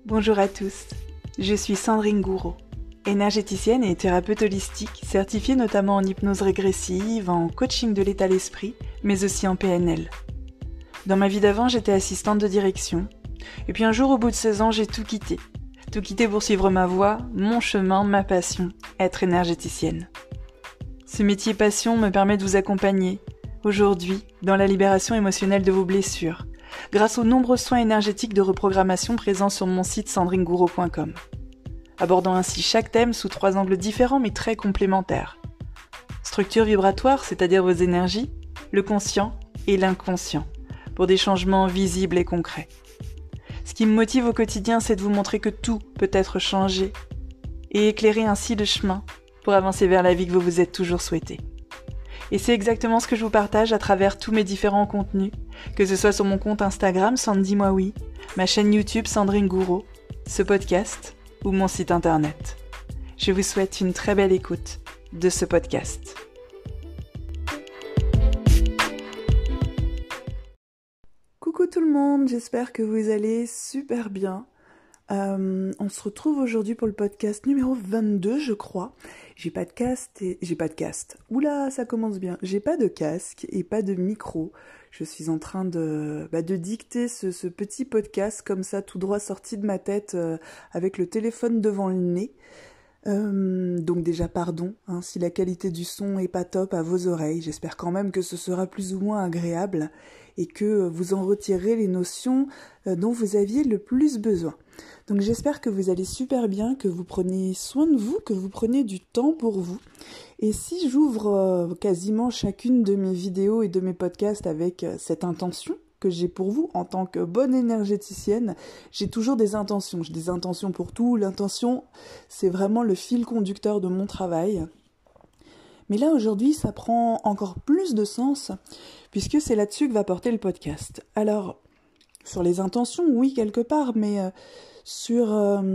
Bonjour à tous, je suis Sandrine Gouraud, énergéticienne et thérapeute holistique, certifiée notamment en hypnose régressive, en coaching de l'état d'esprit, mais aussi en PNL. Dans ma vie d'avant, j'étais assistante de direction, et puis un jour au bout de 16 ans, j'ai tout quitté. Tout quitté pour suivre ma voie, mon chemin, ma passion, être énergéticienne. Ce métier passion me permet de vous accompagner, aujourd'hui, dans la libération émotionnelle de vos blessures, grâce aux nombreux soins énergétiques de reprogrammation présents sur mon site sandrinegouraud.com, abordant ainsi chaque thème sous 3 angles différents mais très complémentaires. Structure vibratoire, c'est-à-dire vos énergies, le conscient et l'inconscient, pour des changements visibles et concrets. Ce qui me motive au quotidien, c'est de vous montrer que tout peut être changé et éclairer ainsi le chemin pour avancer vers la vie que vous vous êtes toujours souhaité. Et c'est exactement ce que je vous partage à travers tous mes différents contenus, que ce soit sur mon compte Instagram Sandy Moi Oui, ma chaîne YouTube Sandrine Gouraud, ce podcast ou mon site internet. Je vous souhaite une très belle écoute de ce podcast. Coucou tout le monde, j'espère que vous allez super bien. On se retrouve aujourd'hui pour le podcast numéro 22, je crois. J'ai pas de casque. Oula, ça commence bien. J'ai pas de casque et pas de micro. Je suis en train de dicter ce petit podcast comme ça, tout droit sorti de ma tête, avec le téléphone devant le nez. Donc déjà pardon si la qualité du son est pas top à vos oreilles. J'espère quand même que ce sera plus ou moins agréable et que vous en retirerez les notions dont vous aviez le plus besoin. Donc j'espère que vous allez super bien, que vous prenez soin de vous, que vous prenez du temps pour vous. Et si j'ouvre quasiment chacune de mes vidéos et de mes podcasts avec cette intention que j'ai pour vous en tant que bonne énergéticienne, j'ai toujours des intentions. J'ai des intentions pour tout. L'intention, c'est vraiment le fil conducteur de mon travail. Mais là, aujourd'hui, ça prend encore plus de sens puisque c'est là-dessus que va porter le podcast. Alors, sur les intentions, oui, quelque part, mais sur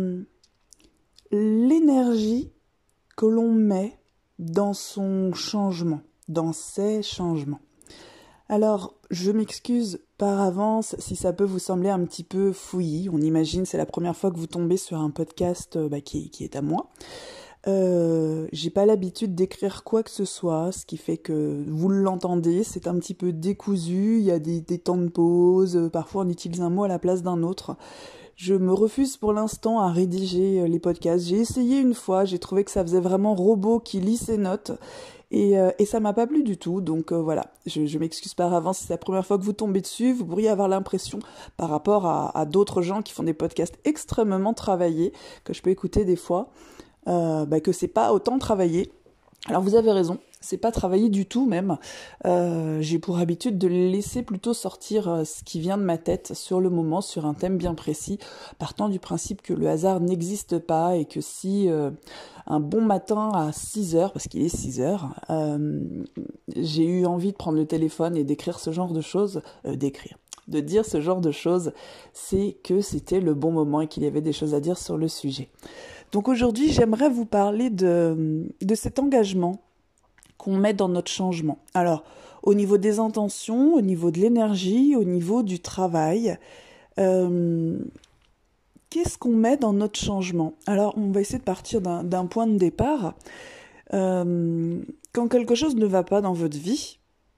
l'énergie que l'on met dans son changement, dans ses changements. Alors, je m'excuse par avance si ça peut vous sembler un petit peu fouillis. On imagine, c'est la première fois que vous tombez sur un podcast qui est à moi. J'ai pas l'habitude d'écrire quoi que ce soit, ce qui fait que vous l'entendez, c'est un petit peu décousu, il y a des temps de pause, parfois on utilise un mot à la place d'un autre. Je me refuse pour l'instant à rédiger les podcasts. J'ai essayé une fois, j'ai trouvé que ça faisait vraiment robot qui lit ses notes et ça m'a pas plu du tout. Donc voilà, je m'excuse par avance si c'est la première fois que vous tombez dessus. Vous pourriez avoir l'impression par rapport à d'autres gens qui font des podcasts extrêmement travaillés que je peux écouter des fois. Que c'est pas autant travaillé. Alors vous avez raison, c'est pas travaillé du tout même. J'ai pour habitude de laisser plutôt sortir ce qui vient de ma tête sur le moment, sur un thème bien précis, partant du principe que le hasard n'existe pas et que si un bon matin à 6h, parce qu'il est 6h, j'ai eu envie de prendre le téléphone et d'écrire ce genre de choses, de dire ce genre de choses, c'est que c'était le bon moment et qu'il y avait des choses à dire sur le sujet. Donc aujourd'hui, j'aimerais vous parler de cet engagement qu'on met dans notre changement. Alors, au niveau des intentions, au niveau de l'énergie, au niveau du travail, qu'est-ce qu'on met dans notre changement ? Alors, on va essayer de partir d'un point de départ. Quand quelque chose ne va pas dans votre vie,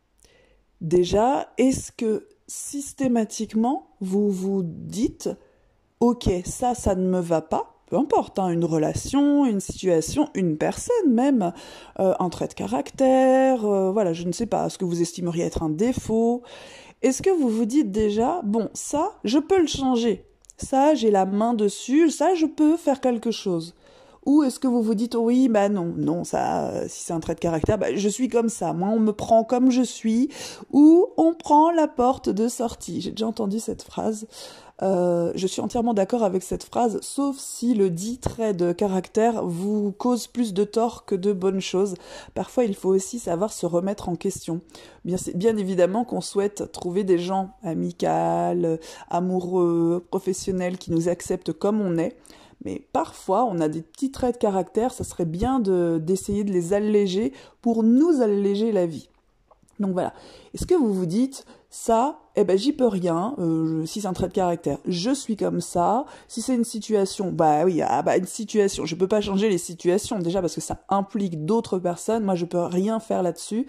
déjà, est-ce que systématiquement, vous vous dites « Ok, ça ne me va pas », peu importe, une relation, une situation, une personne même, un trait de caractère, je ne sais pas, ce que vous estimeriez être un défaut. Est-ce que vous vous dites déjà, bon, ça, je peux le changer, ça, j'ai la main dessus, ça, je peux faire quelque chose. Ou est-ce que vous vous dites, oui, non, ça, si c'est un trait de caractère, je suis comme ça, moi on me prend comme je suis, ou on prend la porte de sortie. J'ai déjà entendu cette phrase. Je suis entièrement d'accord avec cette phrase, sauf si le dit trait de caractère vous cause plus de tort que de bonnes choses. Parfois, il faut aussi savoir se remettre en question. Bien évidemment qu'on souhaite trouver des gens amicaux, amoureux, professionnels qui nous acceptent comme on est. Mais parfois, on a des petits traits de caractère, ça serait bien d'essayer de les alléger pour nous alléger la vie. Donc voilà. Est-ce que vous vous dites, ça, eh ben j'y peux rien, si c'est un trait de caractère, je suis comme ça. Si c'est une situation, bah oui, une situation, je peux pas changer les situations, déjà parce que ça implique d'autres personnes, moi je peux rien faire là-dessus.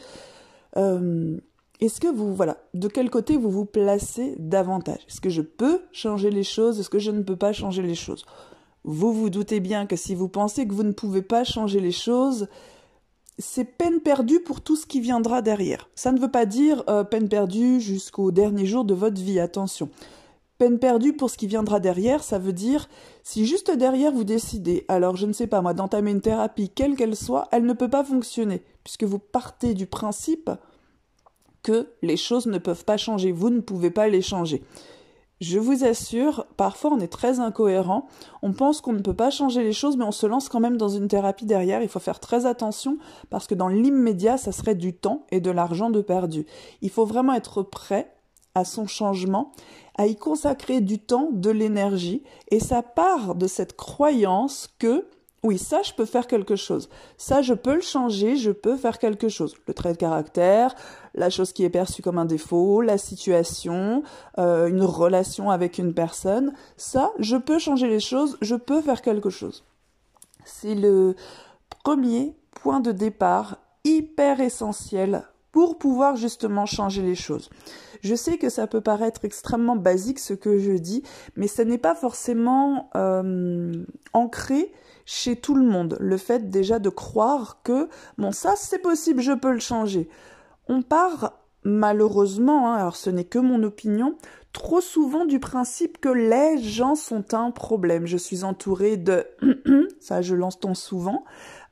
Est-ce que voilà, de quel côté vous vous placez davantage? Est-ce que je peux changer les choses? Est-ce que je ne peux pas changer les choses? Vous vous doutez bien que si vous pensez que vous ne pouvez pas changer les choses, c'est peine perdue pour tout ce qui viendra derrière. Ça ne veut pas dire peine perdue jusqu'au dernier jour de votre vie, attention. Peine perdue pour ce qui viendra derrière, ça veut dire, si juste derrière vous décidez, alors je ne sais pas moi, d'entamer une thérapie, quelle qu'elle soit, elle ne peut pas fonctionner, puisque vous partez du principe que les choses ne peuvent pas changer, vous ne pouvez pas les changer. Je vous assure, parfois on est très incohérent, on pense qu'on ne peut pas changer les choses, mais on se lance quand même dans une thérapie derrière, il faut faire très attention, parce que dans l'immédiat, ça serait du temps et de l'argent de perdu. Il faut vraiment être prêt à son changement, à y consacrer du temps, de l'énergie, et ça part de cette croyance que oui, ça, je peux faire quelque chose. Ça, je peux le changer, je peux faire quelque chose. Le trait de caractère, la chose qui est perçue comme un défaut, la situation, une relation avec une personne. Ça, je peux changer les choses, je peux faire quelque chose. C'est le premier point de départ hyper essentiel pour pouvoir justement changer les choses. Je sais que ça peut paraître extrêmement basique ce que je dis, mais ce n'est pas forcément ancré chez tout le monde, le fait déjà de croire que, bon ça c'est possible, je peux le changer. On part malheureusement, alors ce n'est que mon opinion, trop souvent du principe que les gens sont un problème. Je suis entourée de, ça je l'entends souvent,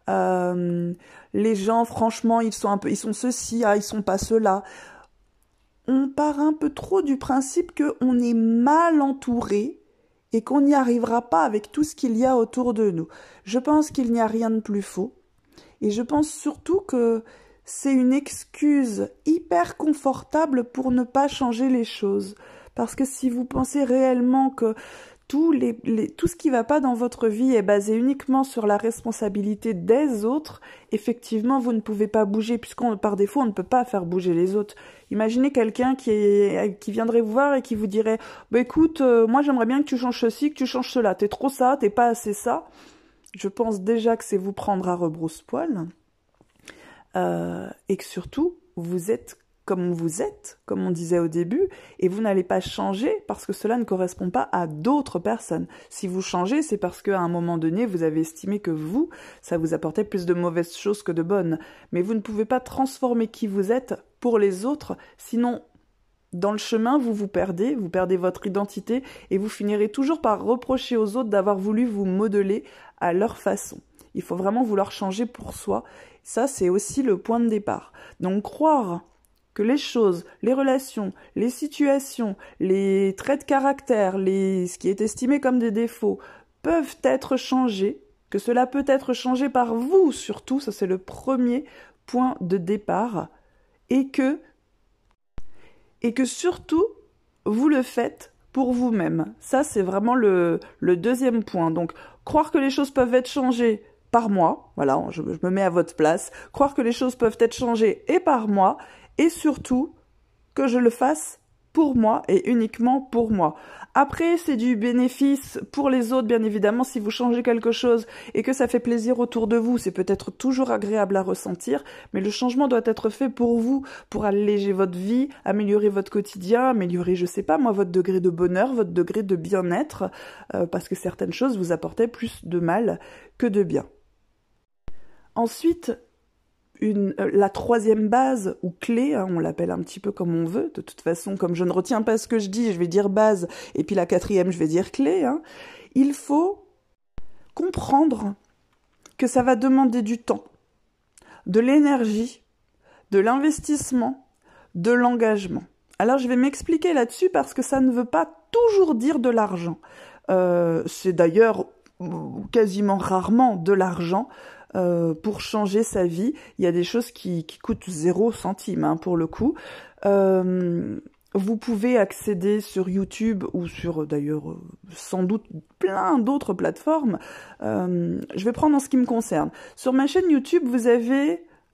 les gens franchement ils sont ceci, ils sont pas cela. On part un peu trop du principe qu'on est mal entouré et qu'on n'y arrivera pas avec tout ce qu'il y a autour de nous. Je pense qu'il n'y a rien de plus faux. Et je pense surtout que c'est une excuse hyper confortable pour ne pas changer les choses. Parce que si vous pensez réellement que tout ce qui ne va pas dans votre vie est basé uniquement sur la responsabilité des autres, effectivement, vous ne pouvez pas bouger, par défaut, on ne peut pas faire bouger les autres. Imaginez quelqu'un qui viendrait vous voir et qui vous dirait « écoute, moi j'aimerais bien que tu changes ceci, que tu changes cela, t'es trop ça, t'es pas assez ça ». Je pense déjà que c'est vous prendre à rebrousse-poil et que surtout, vous êtes comme on disait au début, et vous n'allez pas changer parce que cela ne correspond pas à d'autres personnes. Si vous changez, c'est parce qu'à un moment donné, vous avez estimé que ça vous apportait plus de mauvaises choses que de bonnes. Mais vous ne pouvez pas transformer qui vous êtes pour les autres, sinon, dans le chemin, vous perdez votre identité, et vous finirez toujours par reprocher aux autres d'avoir voulu vous modeler à leur façon. Il faut vraiment vouloir changer pour soi. Ça, c'est aussi le point de départ. Donc, croire que les choses, les relations, les situations, les traits de caractère, ce qui est estimé comme des défauts, peuvent être changés, que cela peut être changé par vous surtout, ça c'est le premier point de départ, et que surtout, vous le faites pour vous-même. Ça, c'est vraiment le deuxième point. Donc, croire que les choses peuvent être changées par moi, voilà, je me mets à votre place, croire que les choses peuvent être changées et par moi, et surtout que je le fasse pour moi et uniquement pour moi. Après, c'est du bénéfice pour les autres, bien évidemment, si vous changez quelque chose et que ça fait plaisir autour de vous, c'est peut-être toujours agréable à ressentir, mais le changement doit être fait pour vous, pour alléger votre vie, améliorer votre quotidien, améliorer, je sais pas moi, votre degré de bonheur, votre degré de bien-être, parce que certaines choses vous apportaient plus de mal que de bien. Ensuite, la troisième base ou clé, on l'appelle un petit peu comme on veut, de toute façon, comme je ne retiens pas ce que je dis, je vais dire base, et puis la quatrième, je vais dire clé, il faut comprendre que ça va demander du temps, de l'énergie, de l'investissement, de l'engagement. Alors je vais m'expliquer là-dessus parce que ça ne veut pas toujours dire de l'argent. C'est d'ailleurs quasiment rarement de l'argent. Pour changer sa vie, il y a des choses qui coûtent 0 centime pour le coup. Vous pouvez accéder sur YouTube ou sur d'ailleurs sans doute plein d'autres plateformes. Je vais prendre en ce qui me concerne. Sur ma chaîne YouTube, vous avez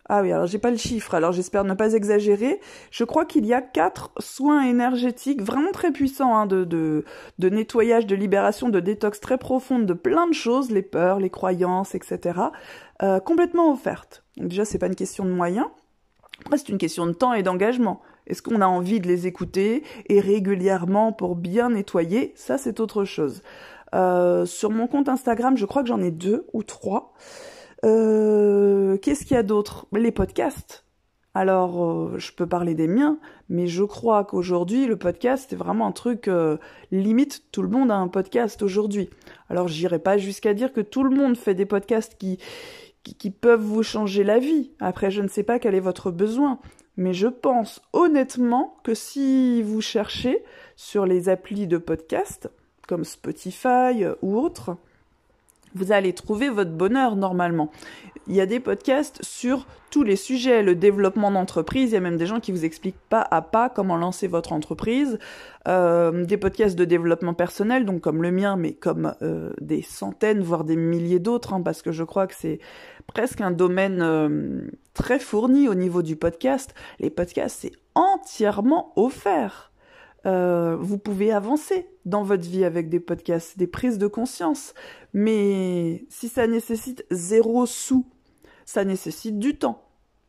Ah oui, alors j'ai pas le chiffre, alors j'espère ne pas exagérer. Je crois qu'il y a 4 soins énergétiques vraiment très puissants, hein, de nettoyage, de libération, de détox très profonde de plein de choses, les peurs, les croyances, etc. Complètement offertes. Donc déjà, c'est pas une question de moyens. Après, c'est une question de temps et d'engagement. Est-ce qu'on a envie de les écouter et régulièrement pour bien nettoyer? Ça, c'est autre chose. Sur mon compte Instagram, je crois que j'en ai 2 ou 3. Qu'est-ce qu'il y a d'autre? Les podcasts. Alors, je peux parler des miens, mais je crois qu'aujourd'hui, le podcast est vraiment un truc limite. Tout le monde a un podcast aujourd'hui. Alors, j'irai pas jusqu'à dire que tout le monde fait des podcasts qui peuvent vous changer la vie. Après, je ne sais pas quel est votre besoin, mais je pense honnêtement que si vous cherchez sur les applis de podcast, comme Spotify ou autres, vous allez trouver votre bonheur normalement. Il y a des podcasts sur tous les sujets, le développement d'entreprise, il y a même des gens qui vous expliquent pas à pas comment lancer votre entreprise, des podcasts de développement personnel, donc comme le mien, mais comme des centaines, voire des milliers d'autres, hein, parce que je crois que c'est presque un domaine très fourni au niveau du podcast. Les podcasts, c'est entièrement offert. Vous pouvez avancer dans votre vie avec des podcasts, des prises de conscience. Mais si ça nécessite 0 sous, ça nécessite du temps.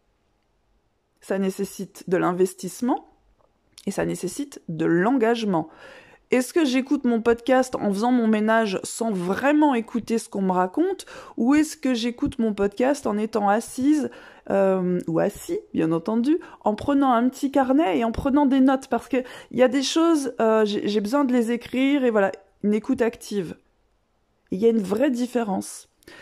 Ça nécessite de l'investissement et ça nécessite de l'engagement. Est-ce que j'écoute mon podcast en faisant mon ménage sans vraiment écouter ce qu'on me raconte, ou est-ce que j'écoute mon podcast en étant assise ou assis, bien entendu, en prenant un petit carnet et en prenant des notes, parce que il y a des choses, j'ai besoin de les écrire, et voilà, une écoute active. Il y a une vraie différence.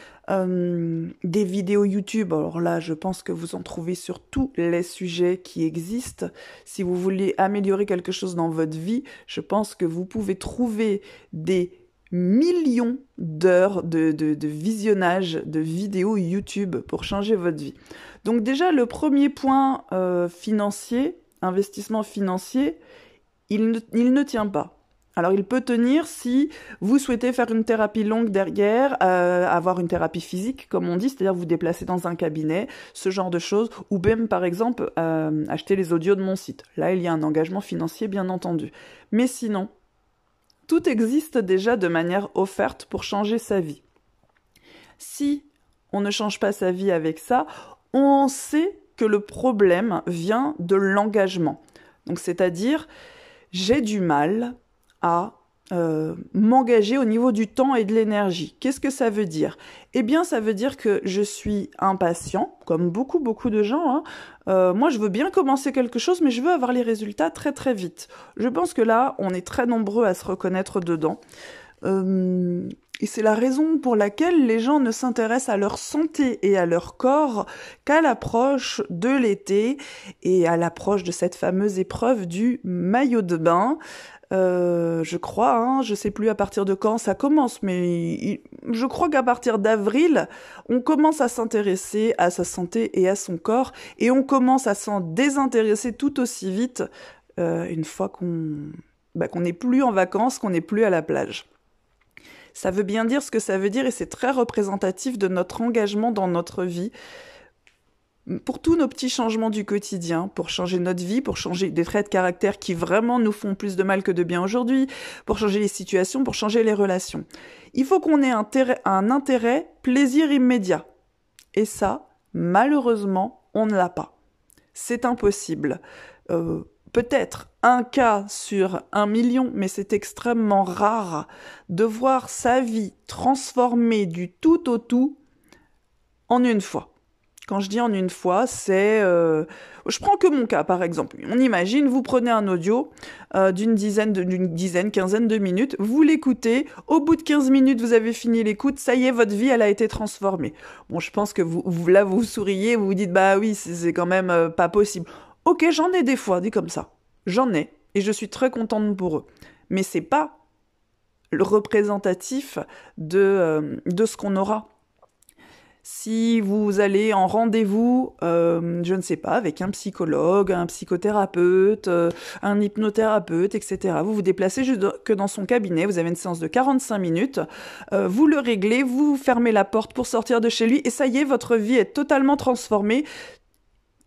Des vidéos YouTube, alors là, je pense que vous en trouvez sur tous les sujets qui existent. Si vous voulez améliorer quelque chose dans votre vie, je pense que vous pouvez trouver des millions d'heures de visionnage de vidéos YouTube pour changer votre vie. Donc déjà, le premier point financier, investissement financier, il ne tient pas. Alors, il peut tenir si vous souhaitez faire une thérapie longue derrière, avoir une thérapie physique, comme on dit, c'est-à-dire vous déplacer dans un cabinet, ce genre de choses, ou même, par exemple, acheter les audios de mon site. Là, il y a un engagement financier, bien entendu. Mais sinon, tout existe déjà de manière offerte pour changer sa vie. Si on ne change pas sa vie avec ça, on sait que le problème vient de l'engagement. Donc, c'est-à-dire, j'ai du mal à m'engager au niveau du temps et de l'énergie. Qu'est-ce que ça veut dire? Eh bien, ça veut dire que je suis impatient, comme beaucoup de gens. Moi, je veux bien commencer quelque chose, mais je veux avoir les résultats très très vite. Je pense que là, on est très nombreux à se reconnaître dedans. Et c'est la raison pour laquelle les gens ne s'intéressent à leur santé et à leur corps qu'à l'approche de l'été et à l'approche de cette fameuse épreuve du maillot de bain. Je crois, je sais plus à partir de quand ça commence, mais je crois qu'à partir d'avril, on commence à s'intéresser à sa santé et à son corps, et on commence à s'en désintéresser tout aussi vite une fois qu'on n'est plus en vacances, qu'on n'est plus à la plage. Ça veut bien dire ce que ça veut dire, et c'est très représentatif de notre engagement dans notre vie. Pour tous nos petits changements du quotidien, pour changer notre vie, pour changer des traits de caractère qui vraiment nous font plus de mal que de bien aujourd'hui, pour changer les situations, pour changer les relations. Il faut qu'on ait un intérêt plaisir immédiat. Et ça, malheureusement, on ne l'a pas. C'est impossible. Peut-être un cas sur 1 million, mais c'est extrêmement rare de voir sa vie transformée du tout au tout en une fois. Quand je dis en une fois, c'est... je prends que mon cas, par exemple. On imagine, vous prenez un audio d'une quinzaine de minutes, vous l'écoutez, au bout de 15 minutes, vous avez fini l'écoute, ça y est, votre vie, elle a été transformée. Bon, je pense que vous souriez, vous vous dites, bah oui, c'est quand même pas possible. Ok, j'en ai des fois, dit comme ça. J'en ai, et je suis très contente pour eux. Mais c'est pas le représentatif de ce qu'on aura. Si vous allez en rendez-vous, je ne sais pas, avec un psychologue, un psychothérapeute, un hypnothérapeute, etc. Vous vous déplacez juste que dans son cabinet, vous avez une séance de 45 minutes, vous le réglez, vous fermez la porte pour sortir de chez lui, et ça y est, votre vie est totalement transformée.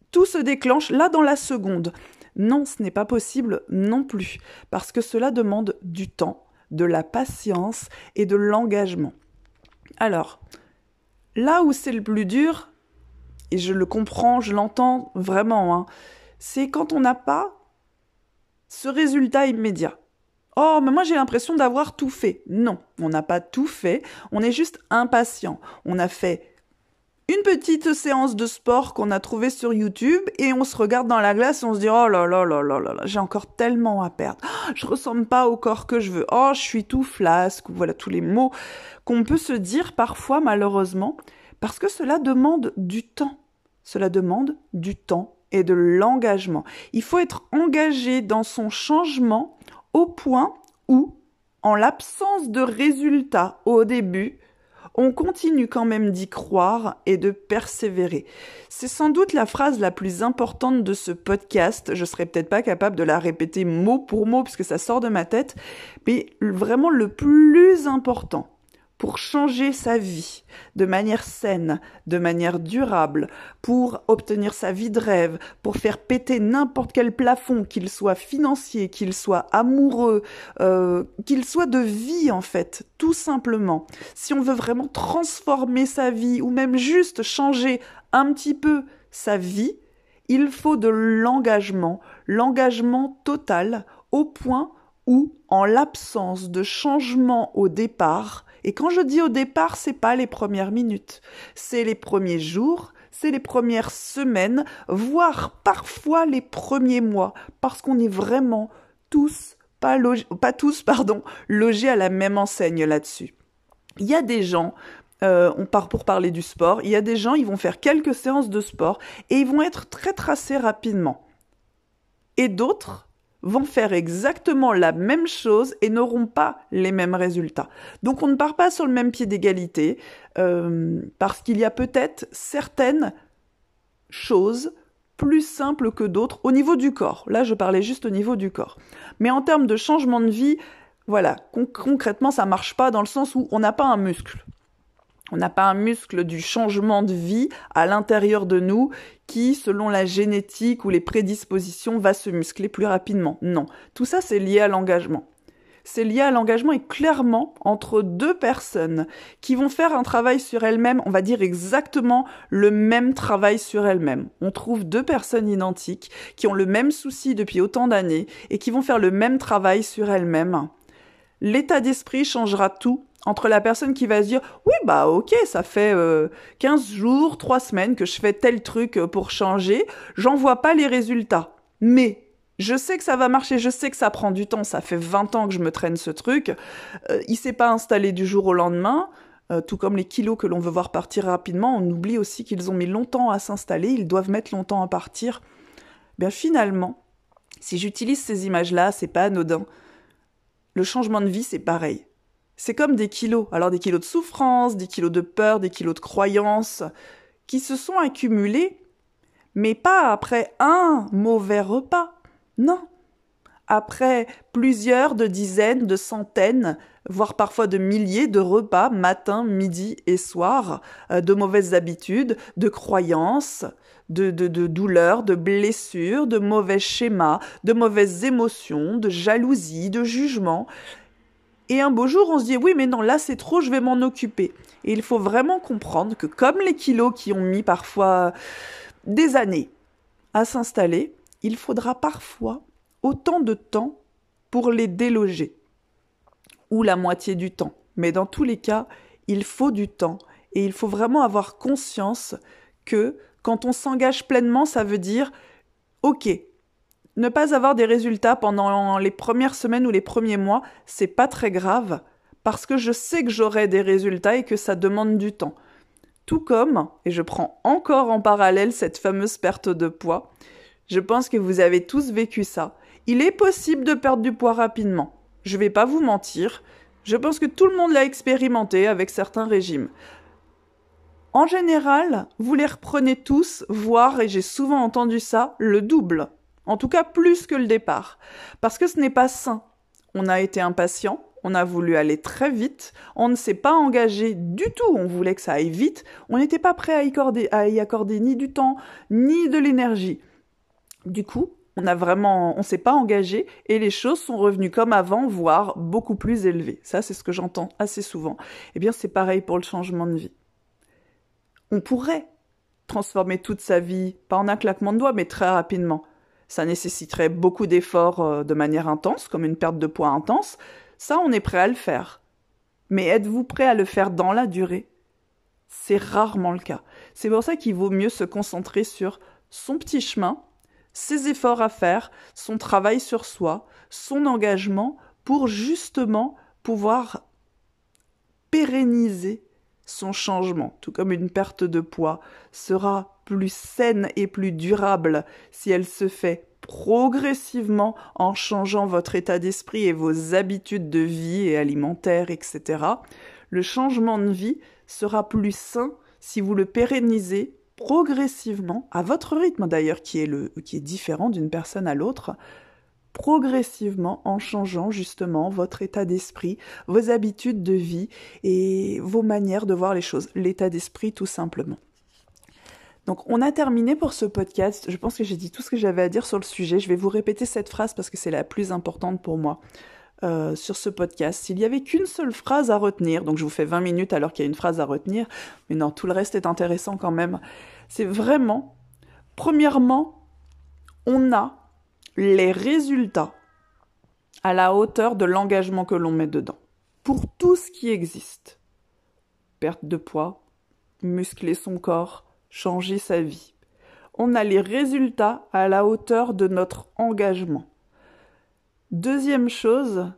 tout se déclenche là dans la seconde. Non, ce n'est pas possible non plus, parce que cela demande du temps, de la patience et de l'engagement. Alors, là où c'est le plus dur, et je le comprends, je l'entends vraiment, c'est quand on n'a pas ce résultat immédiat. Oh, mais moi j'ai l'impression d'avoir tout fait. Non, on n'a pas tout fait, on est juste impatient. On a fait une petite séance de sport qu'on a trouvée sur YouTube et on se regarde dans la glace et on se dit « Oh là là là là là là, j'ai encore tellement à perdre. Oh, je ressemble pas au corps que je veux. Oh, je suis tout flasque. » Voilà tous les mots qu'on peut se dire parfois malheureusement parce que cela demande du temps. Cela demande du temps et de l'engagement. Il faut être engagé dans son changement au point où, en l'absence de résultats au début, on continue quand même d'y croire et de persévérer. C'est sans doute la phrase la plus importante de ce podcast. Je serais peut-être pas capable de la répéter mot pour mot puisque ça sort de ma tête, mais vraiment le plus important pour changer sa vie de manière saine, de manière durable, pour obtenir sa vie de rêve, pour faire péter n'importe quel plafond, qu'il soit financier, qu'il soit amoureux, qu'il soit de vie en fait, tout simplement. Si on veut vraiment transformer sa vie ou même juste changer un petit peu sa vie, il faut de l'engagement total au point où, en l'absence de changement au départ, et quand je dis au départ, c'est pas les premières minutes, c'est les premiers jours, c'est les premières semaines, voire parfois les premiers mois, parce qu'on est vraiment logés à la même enseigne là-dessus. Il y a des gens, on part pour parler du sport, il y a des gens, ils vont faire quelques séances de sport et ils vont être très tracés rapidement. Et d'autres vont faire exactement la même chose et n'auront pas les mêmes résultats. Donc on ne part pas sur le même pied d'égalité parce qu'il y a peut-être certaines choses plus simples que d'autres au niveau du corps. Là, je parlais juste au niveau du corps. Mais en termes de changement de vie, voilà, concrètement, ça marche pas dans le sens où on n'a pas un muscle. On n'a pas un muscle du changement de vie à l'intérieur de nous qui, selon la génétique ou les prédispositions, va se muscler plus rapidement. Non, tout ça, c'est lié à l'engagement. C'est lié à l'engagement et clairement entre deux personnes qui vont faire un travail sur elles-mêmes, on va dire exactement le même travail sur elles-mêmes. On trouve deux personnes identiques qui ont le même souci depuis autant d'années et qui vont faire le même travail sur elles-mêmes. L'état d'esprit changera tout entre la personne qui va se dire « Oui, bah ok, ça fait 15 jours, 3 semaines que je fais tel truc pour changer, j'en vois pas les résultats. Mais je sais que ça va marcher, je sais que ça prend du temps, ça fait 20 ans que je me traîne ce truc. Il s'est pas installé du jour au lendemain. Tout comme les kilos que l'on veut voir partir rapidement, on oublie aussi qu'ils ont mis longtemps à s'installer, ils doivent mettre longtemps à partir. » Bien finalement, si j'utilise ces images-là, c'est pas anodin. Le changement de vie, c'est pareil. C'est comme des kilos. Alors des kilos de souffrance, des kilos de peur, des kilos de croyances qui se sont accumulés, mais pas après un mauvais repas. Non. Après plusieurs de dizaines, de centaines, voire parfois de milliers de repas, matin, midi et soir, de mauvaises habitudes, de croyances, de douleurs, de blessures, de mauvais schémas, de mauvaises émotions, de jalousie, de jugement. Et un beau jour, on se dit « Oui, mais non, là c'est trop, je vais m'en occuper. » Et il faut vraiment comprendre que comme les kilos qui ont mis parfois des années à s'installer, il faudra parfois autant de temps pour les déloger. Ou la moitié du temps. Mais dans tous les cas, il faut du temps. Et il faut vraiment avoir conscience que quand on s'engage pleinement, ça veut dire « Ok, ne pas avoir des résultats pendant les premières semaines ou les premiers mois, c'est pas très grave, parce que je sais que j'aurai des résultats et que ça demande du temps. » Tout comme, et je prends encore en parallèle cette fameuse perte de poids, je pense que vous avez tous vécu ça. Il est possible de perdre du poids rapidement. Je vais pas vous mentir, je pense que tout le monde l'a expérimenté avec certains régimes. En général, vous les reprenez tous, voire, et j'ai souvent entendu ça, le double. En tout cas, plus que le départ. Parce que ce n'est pas sain. On a été impatient, on a voulu aller très vite, on ne s'est pas engagé du tout, on voulait que ça aille vite, on n'était pas prêt à y accorder ni du temps, ni de l'énergie. Du coup, on s'est pas engagé et les choses sont revenues comme avant, voire beaucoup plus élevées. Ça, c'est ce que j'entends assez souvent. Eh bien, c'est pareil pour le changement de vie. On pourrait transformer toute sa vie, pas en un claquement de doigts, mais très rapidement. Ça nécessiterait beaucoup d'efforts de manière intense, comme une perte de poids intense. Ça, on est prêt à le faire. Mais êtes-vous prêt à le faire dans la durée ? C'est rarement le cas. C'est pour ça qu'il vaut mieux se concentrer sur son petit chemin, ses efforts à faire, son travail sur soi, son engagement, pour justement pouvoir pérenniser son changement, tout comme une perte de poids sera plus saine et plus durable si elle se fait progressivement en changeant votre état d'esprit et vos habitudes de vie et alimentaires, etc. Le changement de vie sera plus sain si vous le pérennisez progressivement, à votre rythme d'ailleurs, qui est différent d'une personne à l'autre, progressivement en changeant justement votre état d'esprit, vos habitudes de vie et vos manières de voir les choses, l'état d'esprit tout simplement. Donc on a terminé pour ce podcast, je pense que j'ai dit tout ce que j'avais à dire sur le sujet, je vais vous répéter cette phrase parce que c'est la plus importante pour moi sur ce podcast. S'il n'y avait qu'une seule phrase à retenir, donc je vous fais 20 minutes alors qu'il y a une phrase à retenir, mais non, tout le reste est intéressant quand même, c'est vraiment, premièrement, on a les résultats à la hauteur de l'engagement que l'on met dedans. Pour tout ce qui existe. Perte de poids, muscler son corps, changer sa vie. On a les résultats à la hauteur de notre engagement. Deuxième chose,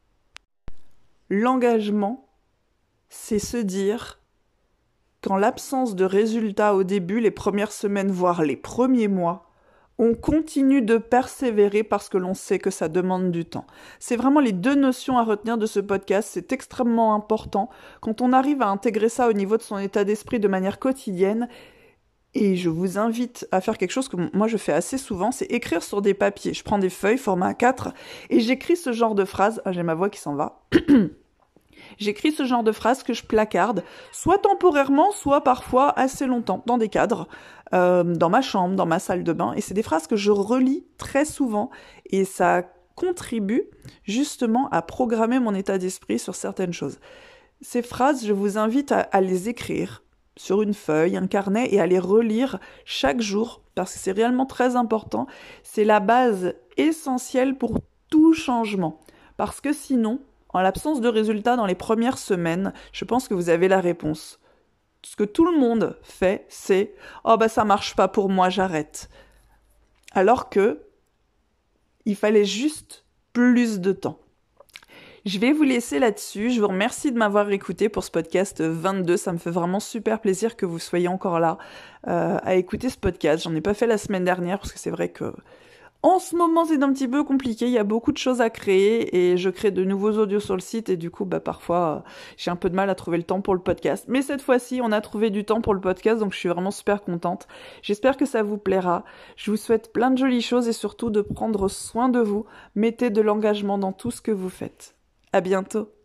l'engagement, c'est se dire qu'en l'absence de résultats au début, les premières semaines, voire les premiers mois, on continue de persévérer parce que l'on sait que ça demande du temps. C'est vraiment les deux notions à retenir de ce podcast, c'est extrêmement important. Quand on arrive à intégrer ça au niveau de son état d'esprit de manière quotidienne, et je vous invite à faire quelque chose que moi je fais assez souvent, c'est écrire sur des papiers. Je prends des feuilles, format A4, et j'écris ce genre de phrases. Ah, j'ai ma voix qui s'en va. J'écris ce genre de phrases que je placarde, soit temporairement, soit parfois assez longtemps, dans des cadres, dans ma chambre, dans ma salle de bain. Et c'est des phrases que je relis très souvent et ça contribue justement à programmer mon état d'esprit sur certaines choses. Ces phrases, je vous invite à les écrire sur une feuille, un carnet et à les relire chaque jour parce que c'est réellement très important. C'est la base essentielle pour tout changement. Parce que sinon, en l'absence de résultats dans les premières semaines, je pense que vous avez la réponse. Ce que tout le monde fait, c'est « Oh bah ça marche pas pour moi, j'arrête ». Alors que il fallait juste plus de temps. Je vais vous laisser là-dessus. Je vous remercie de m'avoir écouté pour ce podcast 22. Ça me fait vraiment super plaisir que vous soyez encore là à écouter ce podcast. J'en ai pas fait la semaine dernière parce que c'est vrai que en ce moment, c'est un petit peu compliqué, il y a beaucoup de choses à créer et je crée de nouveaux audios sur le site et du coup, parfois, j'ai un peu de mal à trouver le temps pour le podcast. Mais cette fois-ci, on a trouvé du temps pour le podcast, donc je suis vraiment super contente. J'espère que ça vous plaira. Je vous souhaite plein de jolies choses et surtout de prendre soin de vous. Mettez de l'engagement dans tout ce que vous faites. À bientôt.